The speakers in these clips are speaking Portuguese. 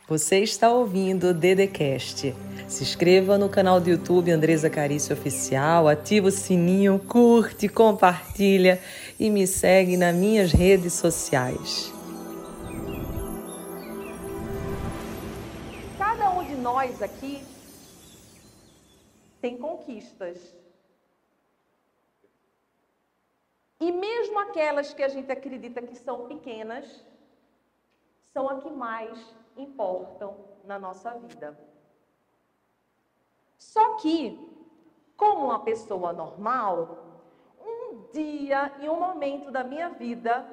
Você está ouvindo o Dedecast. Se inscreva no canal do YouTube Andresa Carício Oficial, ativa o sininho, curte, compartilha e me segue nas minhas redes sociais. Cada um de nós aqui tem conquistas. E mesmo aquelas que a gente acredita que são pequenas, são as que mais importam na nossa vida. Só que, como uma pessoa normal, um dia, em um momento da minha vida,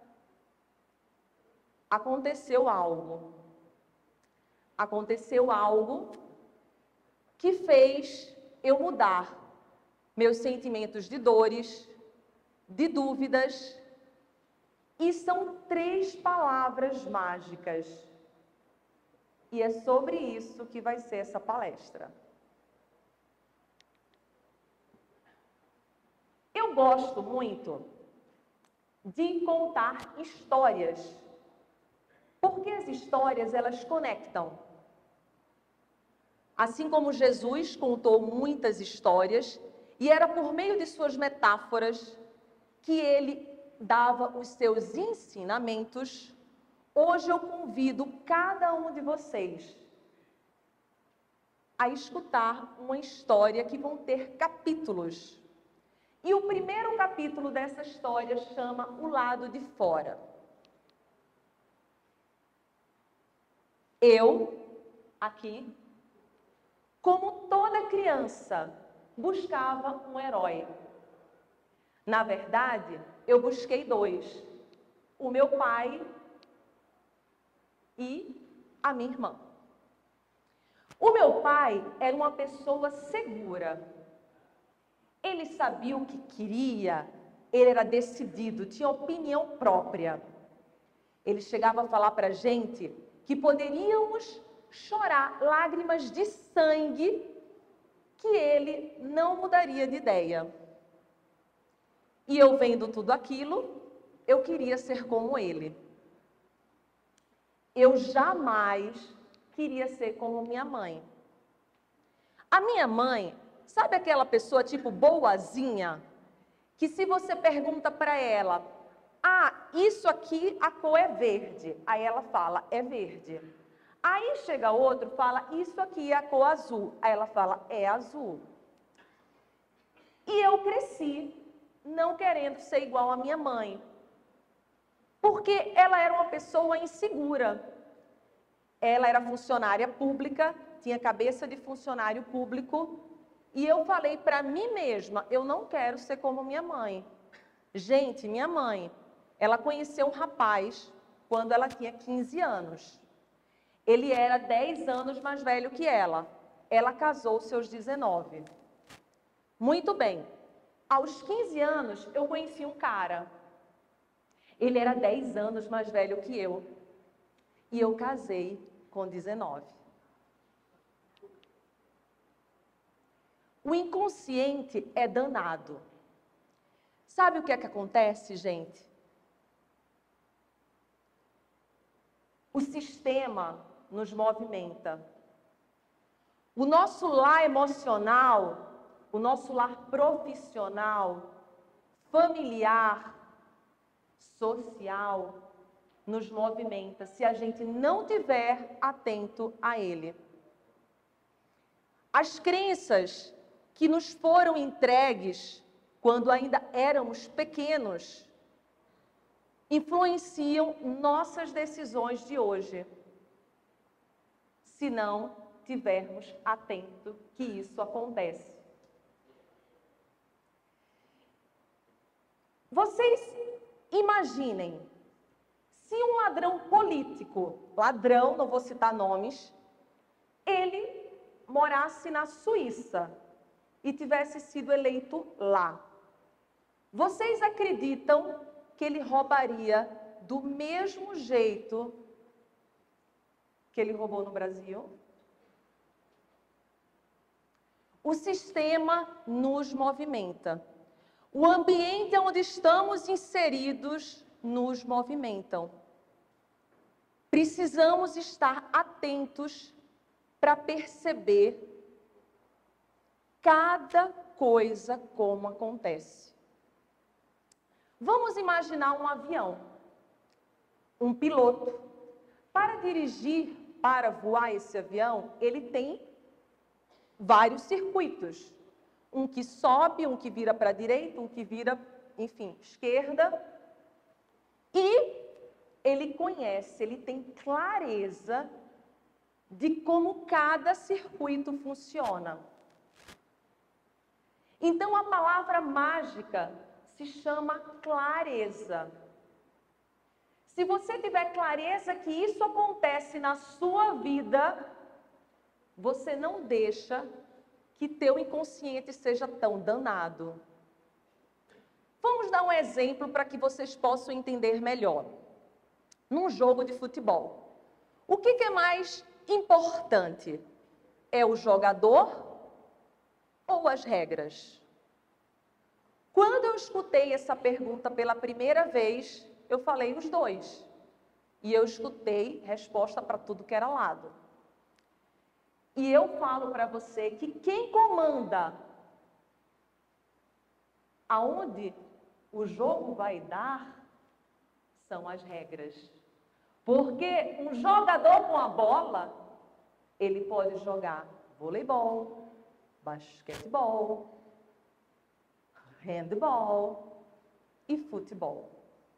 aconteceu algo. Aconteceu algo que fez eu mudar meus sentimentos de dores, de dúvidas, e são 3 palavras mágicas. E é sobre isso que vai ser essa palestra. Eu gosto muito de contar histórias, porque as histórias, elas conectam. Assim como Jesus contou muitas histórias, e era por meio de suas metáforas que ele dava os seus ensinamentos, hoje eu convido cada um de vocês a escutar uma história que vão ter capítulos. E o primeiro capítulo dessa história chama O Lado de Fora. Eu, aqui, como toda criança, buscava um herói. Na verdade, eu busquei 2. O meu pai e a minha irmã. O meu pai era uma pessoa segura. Ele sabia o que queria, ele era decidido, tinha opinião própria. Ele chegava a falar para a gente que poderíamos chorar lágrimas de sangue, que ele não mudaria de ideia. E eu vendo tudo aquilo, eu queria ser como ele. Eu jamais queria ser como minha mãe. A minha mãe, sabe aquela pessoa tipo boazinha? Que se você pergunta para ela, isso aqui, a cor é verde. Aí ela fala, é verde. Aí chega outro, fala, isso aqui é a cor azul. Aí ela fala, é azul. E eu cresci não querendo ser igual à minha mãe, porque ela era uma pessoa insegura. Ela era funcionária pública, tinha cabeça de funcionário público, e eu falei para mim mesma, eu não quero ser como minha mãe. Gente, minha mãe, ela conheceu um rapaz quando ela tinha 15 anos. Ele era 10 anos mais velho que ela. Ela casou aos seus 19. Muito bem. Aos 15 anos, eu conheci um cara. Ele era 10 anos mais velho que eu. E eu casei com 19. O inconsciente é danado. Sabe o que é que acontece, gente? O sistema nos movimenta. O nosso lar emocional, o nosso lar profissional, familiar, social, nos movimenta se a gente não tiver atento a ele. As crenças que nos foram entregues quando ainda éramos pequenos influenciam nossas decisões de hoje, se não tivermos atento que isso acontece. Vocês imaginem, se um ladrão político, ladrão, não vou citar nomes, ele morasse na Suíça e tivesse sido eleito lá. Vocês acreditam que ele roubaria do mesmo jeito que ele roubou no Brasil? O sistema nos movimenta. O ambiente onde estamos inseridos nos movimentam. precisamos estar atentos para perceber cada coisa como acontece. Vamos imaginar um avião, um piloto. Para dirigir, para voar esse avião, ele tem vários circuitos. Um que sobe, um que vira para a direita, um que vira, enfim, esquerda. E ele conhece, ele tem clareza de como cada circuito funciona. Então, a palavra mágica se chama clareza. Se você tiver clareza que isso acontece na sua vida, você não deixa que teu inconsciente seja tão danado. Vamos dar um exemplo para que vocês possam entender melhor. Num jogo de futebol, o que é mais importante? É o jogador ou as regras? Quando eu escutei essa pergunta pela primeira vez, eu falei os dois. E eu escutei resposta para tudo que era lado. E eu falo para você que quem comanda aonde o jogo vai dar são as regras. Porque um jogador com a bola, ele pode jogar voleibol, basquetebol, handball e futebol.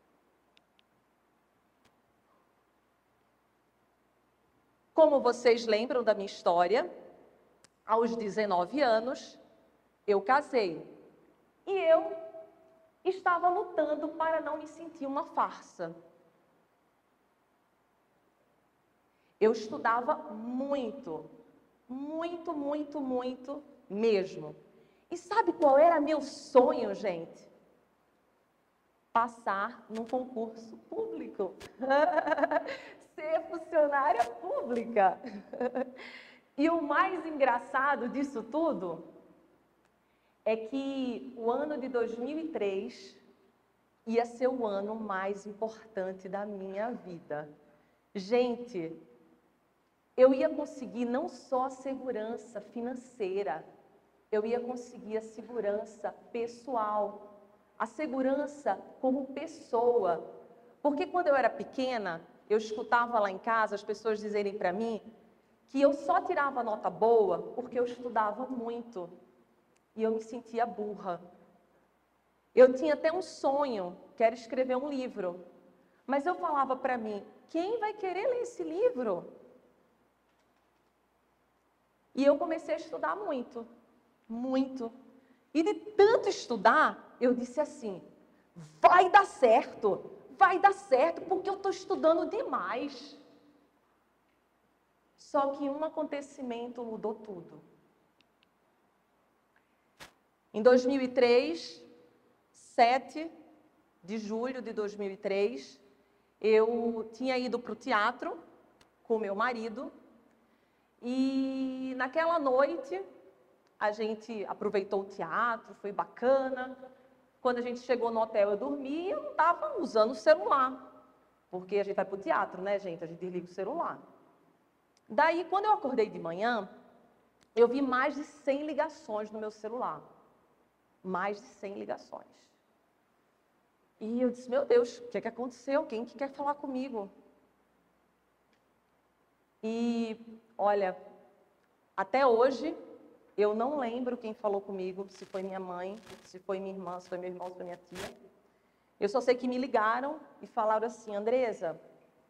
Como vocês lembram da minha história, aos 19 anos, eu casei. E eu estava lutando para não me sentir uma farsa. Eu estudava muito, muito, muito, muito mesmo. E sabe qual era meu sonho, gente? Passar num concurso público. Ser funcionária pública. E o mais engraçado disso tudo é que o ano de 2003 ia ser o ano mais importante da minha vida. Gente, eu ia conseguir não só a segurança financeira, eu ia conseguir a segurança pessoal, a segurança como pessoa. Porque quando eu era pequena, eu escutava lá em casa as pessoas dizerem para mim que eu só tirava nota boa porque eu estudava muito e eu me sentia burra. Eu tinha até um sonho, que era escrever um livro, mas eu falava para mim, quem vai querer ler esse livro? E eu comecei a estudar muito, muito. E de tanto estudar, eu disse assim, vai dar certo, porque eu estou estudando demais. Só que um acontecimento mudou tudo. Em 2003, 7 de julho de 2003, eu tinha ido para o teatro com meu marido e naquela noite a gente aproveitou o teatro, foi bacana. Quando a gente chegou no hotel, eu dormi e eu não estava usando o celular, porque a gente vai para o teatro, né, gente? A gente desliga o celular. Daí, quando eu acordei de manhã, eu vi mais de 100 ligações no meu celular. Mais de 100 ligações. E eu disse, meu Deus, o que é que aconteceu? Quem que quer falar comigo? E, olha, até hoje, eu não lembro quem falou comigo, se foi minha mãe, se foi minha irmã, se foi meu irmão, se foi minha tia. Eu só sei que me ligaram e falaram assim, Andresa,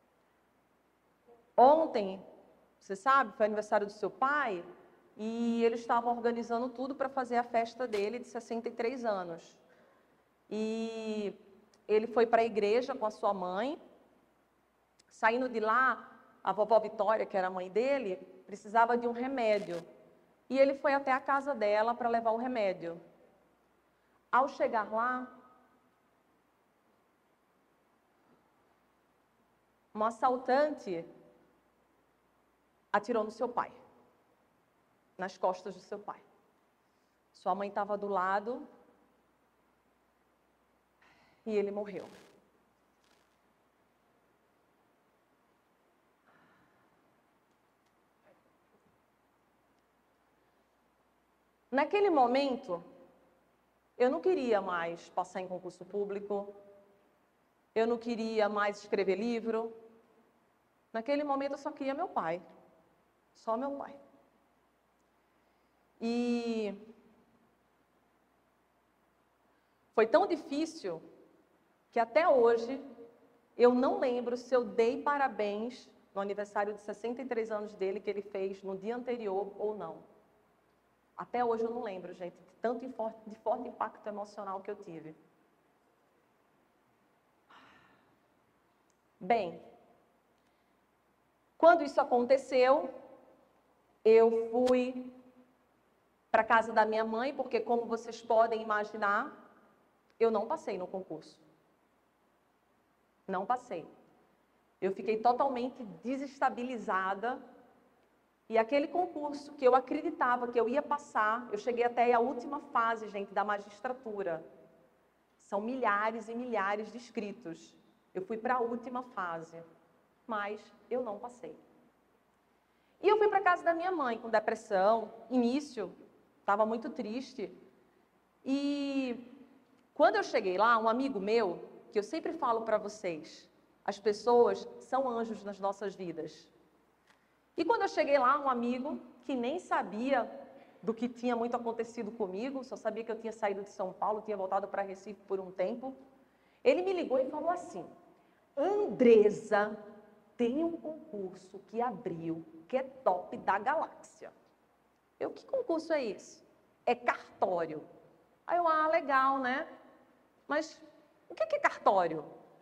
ontem, você sabe, foi aniversário do seu pai, e eles estavam organizando tudo para fazer a festa dele de 63 anos. E ele foi para a igreja com a sua mãe. Saindo de lá, a vovó Vitória, que era a mãe dele, precisava de um remédio. E ele foi até a casa dela para levar o remédio. Ao chegar lá, um assaltante atirou no seu pai, nas costas do seu pai. Sua mãe estava do lado e ele morreu. Naquele momento, eu não queria mais passar em concurso público, eu não queria mais escrever livro. Naquele momento, eu só queria meu pai. Só meu pai. E foi tão difícil que até hoje eu não lembro se eu dei parabéns no aniversário de 63 anos dele que ele fez no dia anterior ou não. Até hoje eu não lembro, gente, de forte impacto emocional que eu tive. Bem, quando isso aconteceu, eu fui para a casa da minha mãe, porque como vocês podem imaginar, eu não passei no concurso. Não passei. Eu fiquei totalmente desestabilizada. E aquele concurso que eu acreditava que eu ia passar, eu cheguei até a última fase, gente, da magistratura. São milhares e milhares de inscritos. Eu fui para a última fase, mas eu não passei. E eu fui para a casa da minha mãe com depressão, início, estava muito triste. E quando eu cheguei lá, um amigo meu, que eu sempre falo para vocês, as pessoas são anjos nas nossas vidas. E quando eu cheguei lá, um amigo que nem sabia do que tinha muito acontecido comigo, só sabia que eu tinha saído de São Paulo, tinha voltado para Recife por um tempo, ele me ligou e falou assim: Andresa, tem um concurso que abriu, que é top da galáxia. Eu, que concurso é esse? É cartório. Aí eu, legal, né? Mas o que é cartório?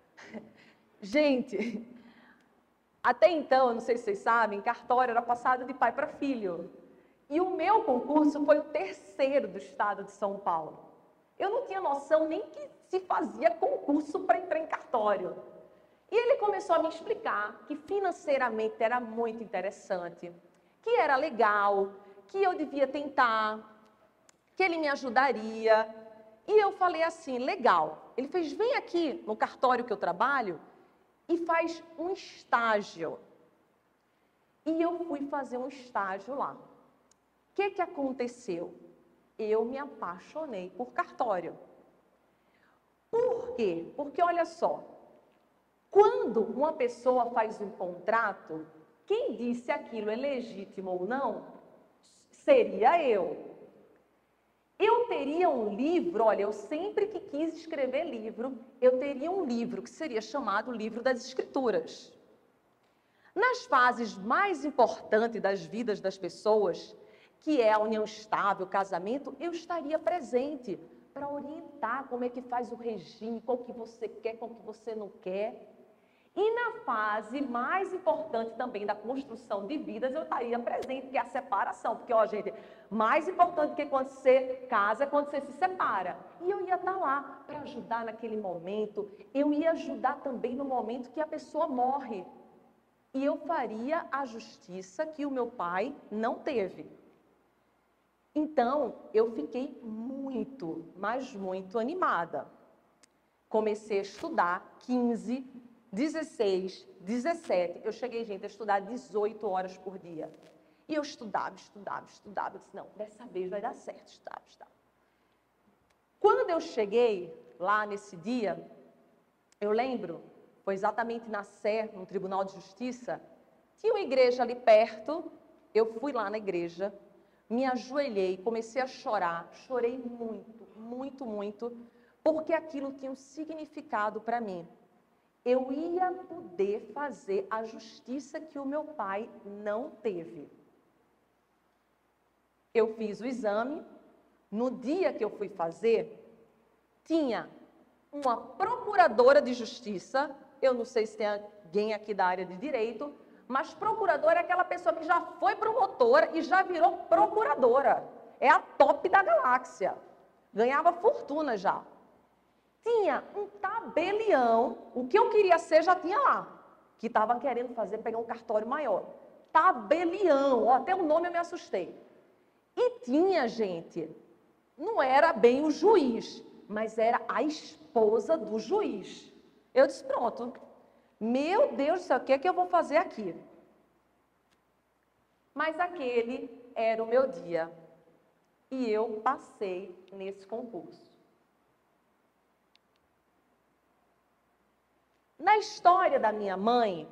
Gente, até então, eu não sei se vocês sabem, cartório era passado de pai para filho. E o meu concurso foi o terceiro do estado de São Paulo. Eu não tinha noção nem que se fazia concurso para entrar em cartório. E ele começou a me explicar que financeiramente era muito interessante, que era legal, que eu devia tentar, que ele me ajudaria. E eu falei assim, legal. Ele fez, vem aqui no cartório que eu trabalho e faz um estágio. E eu fui fazer um estágio lá. O que aconteceu? Eu me apaixonei por cartório. Por quê? Porque olha só, quando uma pessoa faz um contrato, quem disse aquilo é legítimo ou não, seria eu. Eu teria um livro, olha, eu sempre que quis escrever livro, eu teria um livro que seria chamado Livro das Escrituras. Nas fases mais importantes das vidas das pessoas, que é a união estável, o casamento, eu estaria presente para orientar como é que faz o regime, qual que você quer, qual que você não quer. E na fase mais importante também da construção de vidas, eu estaria presente, que é a separação. Porque, ó, gente, mais importante que quando você casa é quando você se separa. E eu ia estar lá para ajudar naquele momento. Eu ia ajudar também no momento que a pessoa morre. E eu faria a justiça que o meu pai não teve. Então, eu fiquei muito, mas muito animada. Comecei a estudar 15, 16, 17, eu cheguei, gente, a estudar 18 horas por dia. E eu estudava. Eu disse, não, dessa vez vai dar certo, estudava. Quando eu cheguei lá nesse dia, eu lembro, foi exatamente na Sé, no Tribunal de Justiça, tinha uma igreja ali perto, eu fui lá na igreja, me ajoelhei, comecei a chorar, chorei muito, porque aquilo tinha um significado para mim. Eu ia poder fazer a justiça que o meu pai não teve. Eu fiz o exame, no dia que eu fui fazer, tinha uma procuradora de justiça, eu não sei se tem alguém aqui da área de direito, mas procuradora é aquela pessoa que já foi promotora e já virou procuradora. É a top da galáxia. Ganhava fortuna já. Tinha um tabelião, o que eu queria ser já tinha lá, que estava querendo fazer, pegar um cartório maior. Tabelião, ó, até o nome eu me assustei. E tinha, gente, não era bem o juiz, mas era a esposa do juiz. Eu disse, pronto, meu Deus do céu, o que é que eu vou fazer aqui? Mas aquele era o meu dia. e eu passei nesse concurso. Na história da minha mãe,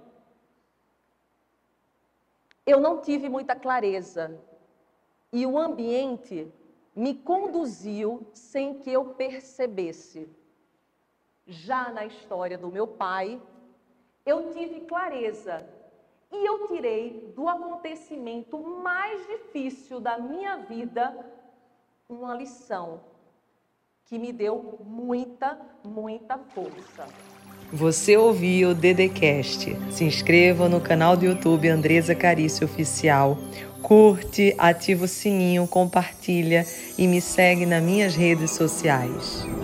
eu não tive muita clareza e o ambiente me conduziu sem que eu percebesse. Já na história do meu pai, eu tive clareza e eu tirei do acontecimento mais difícil da minha vida uma lição que me deu muita, muita força. Você ouviu o Dedecast. Se inscreva no canal do YouTube Andreza Carício Oficial. Curte, ativa o sininho, compartilha e me segue nas minhas redes sociais.